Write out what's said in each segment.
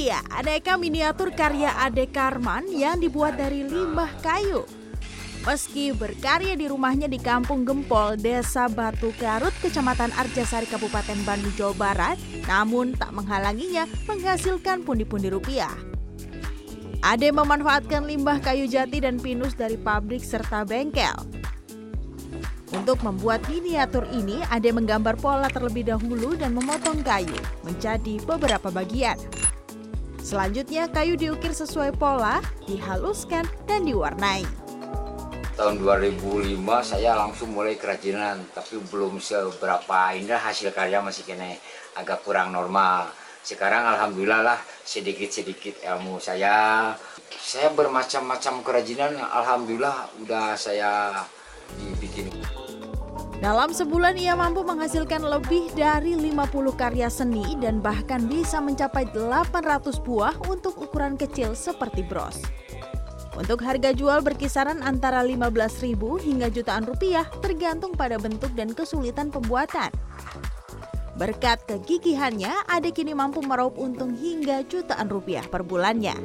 dia, aneka miniatur karya Ade Karman yang dibuat dari limbah kayu. Meski berkarya di rumahnya di Kampung Gempol, Desa Batu Garut, Kecamatan Arjasari, Kabupaten Bandung, Jawa Barat, namun tak menghalanginya menghasilkan pundi-pundi rupiah. Ade memanfaatkan limbah kayu jati dan pinus dari pabrik serta bengkel. Untuk membuat miniatur ini, Ade menggambar pola terlebih dahulu dan memotong kayu menjadi beberapa bagian. Selanjutnya, kayu diukir sesuai pola, dihaluskan, dan diwarnai. Tahun 2005 saya langsung mulai kerajinan, tapi belum seberapa indah, hasil karya masih kena agak kurang normal. Sekarang alhamdulillah lah sedikit-sedikit ilmu saya bermacam-macam kerajinan, alhamdulillah udah saya dibikin. Dalam sebulan ia mampu menghasilkan lebih dari 50 karya seni dan bahkan bisa mencapai 800 buah untuk ukuran kecil seperti bros. Untuk harga jual berkisaran antara 15.000 hingga jutaan rupiah tergantung pada bentuk dan kesulitan pembuatan. Berkat kegigihannya, Ade kini mampu meraup untung hingga jutaan rupiah per bulannya.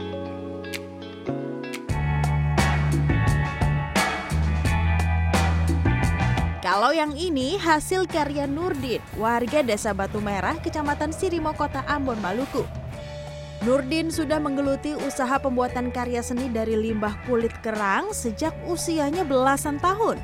Kalau yang ini hasil karya Nurdin, warga Desa Batu Merah, Kecamatan Sirimo, Kota Ambon, Maluku. Nurdin sudah menggeluti usaha pembuatan karya seni dari limbah kulit kerang sejak usianya belasan tahun.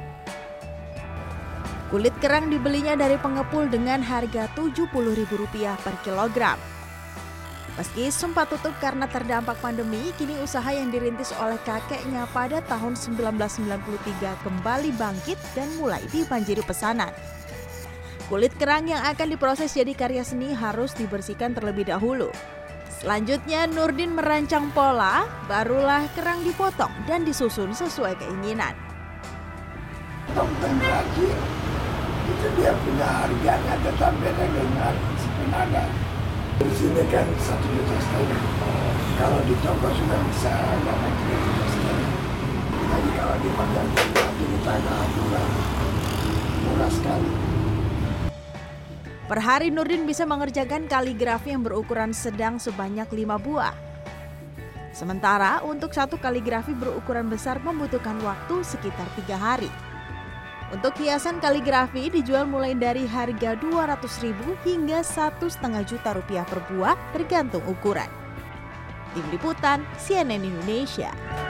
Kulit kerang dibelinya dari pengepul dengan harga Rp70.000 per kilogram. Meski sempat tutup karena terdampak pandemi, kini usaha yang dirintis oleh kakeknya pada tahun 1993 kembali bangkit dan mulai dibanjiri pesanan. Kulit kerang yang akan diproses jadi karya seni harus dibersihkan terlebih dahulu. Selanjutnya Nurdin merancang pola, barulah kerang dipotong dan disusun sesuai keinginan. Tongtong kaki itu dia punya harganya, tetapi dengan sebenarnya di sini kan 1,5 juta. Kalau di toko sudah bisa dapat 3,5 juta. Jadi kalau di penggantian kita agak murah sekali. Per hari Nurdin bisa mengerjakan kaligrafi yang berukuran sedang sebanyak 5 buah. Sementara untuk satu kaligrafi berukuran besar membutuhkan waktu sekitar 3 hari. Untuk hiasan kaligrafi dijual mulai dari harga Rp200.000 hingga Rp1,5 juta per buah tergantung ukuran. Tim Liputan CNN Indonesia.